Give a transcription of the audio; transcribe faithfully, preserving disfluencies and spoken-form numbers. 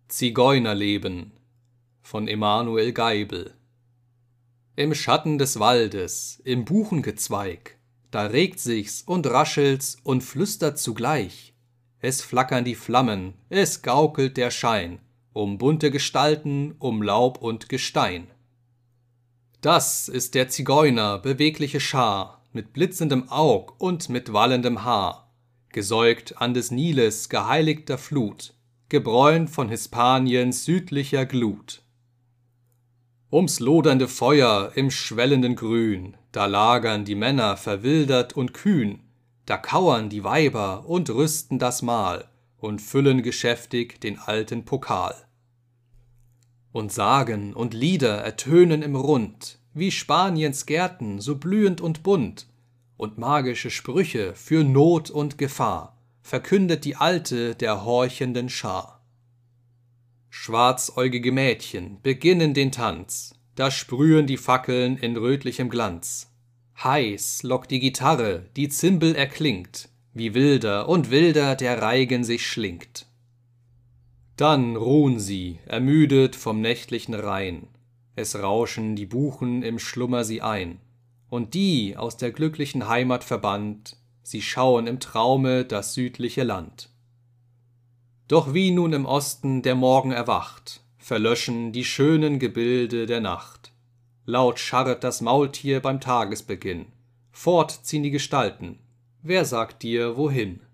Zigeunerleben von Emanuel Geibel. Im Schatten des Waldes, im Buchengezweig, da regt sich's und raschelt's und flüstert zugleich. Es flackern die Flammen, es gaukelt der Schein, um bunte Gestalten, um Laub und Gestein. Das ist der Zigeuner, bewegliche Schar, mit blitzendem Aug und mit wallendem Haar, gesäugt an des Niles geheiligter Flut, gebräunt von Hispaniens südlicher Glut. Ums lodernde Feuer im schwellenden Grün, da lagern die Männer verwildert und kühn, da kauern die Weiber und rüsten das Mahl und füllen geschäftig den alten Pokal. Und Sagen und Lieder ertönen im Rund, wie Spaniens Gärten so blühend und bunt, und magische Sprüche für Not und Gefahr verkündet die Alte der horchenden Schar. Schwarzäugige Mädchen beginnen den Tanz, da sprühen die Fackeln in rötlichem Glanz. Heiß lockt die Gitarre, die Zimbel erklingt, wie wilder und wilder der Reigen sich schlingt. Dann ruhen sie, ermüdet vom nächtlichen Rhein, es rauschen die Buchen im Schlummer sie ein, und die aus der glücklichen Heimat verbannt, sie schauen im Traume das südliche Land. Doch wie nun im Osten der Morgen erwacht, verlöschen die schönen Gebilde der Nacht. Laut scharret das Maultier beim Tagesbeginn, fort ziehen die Gestalten, wer sagt dir wohin?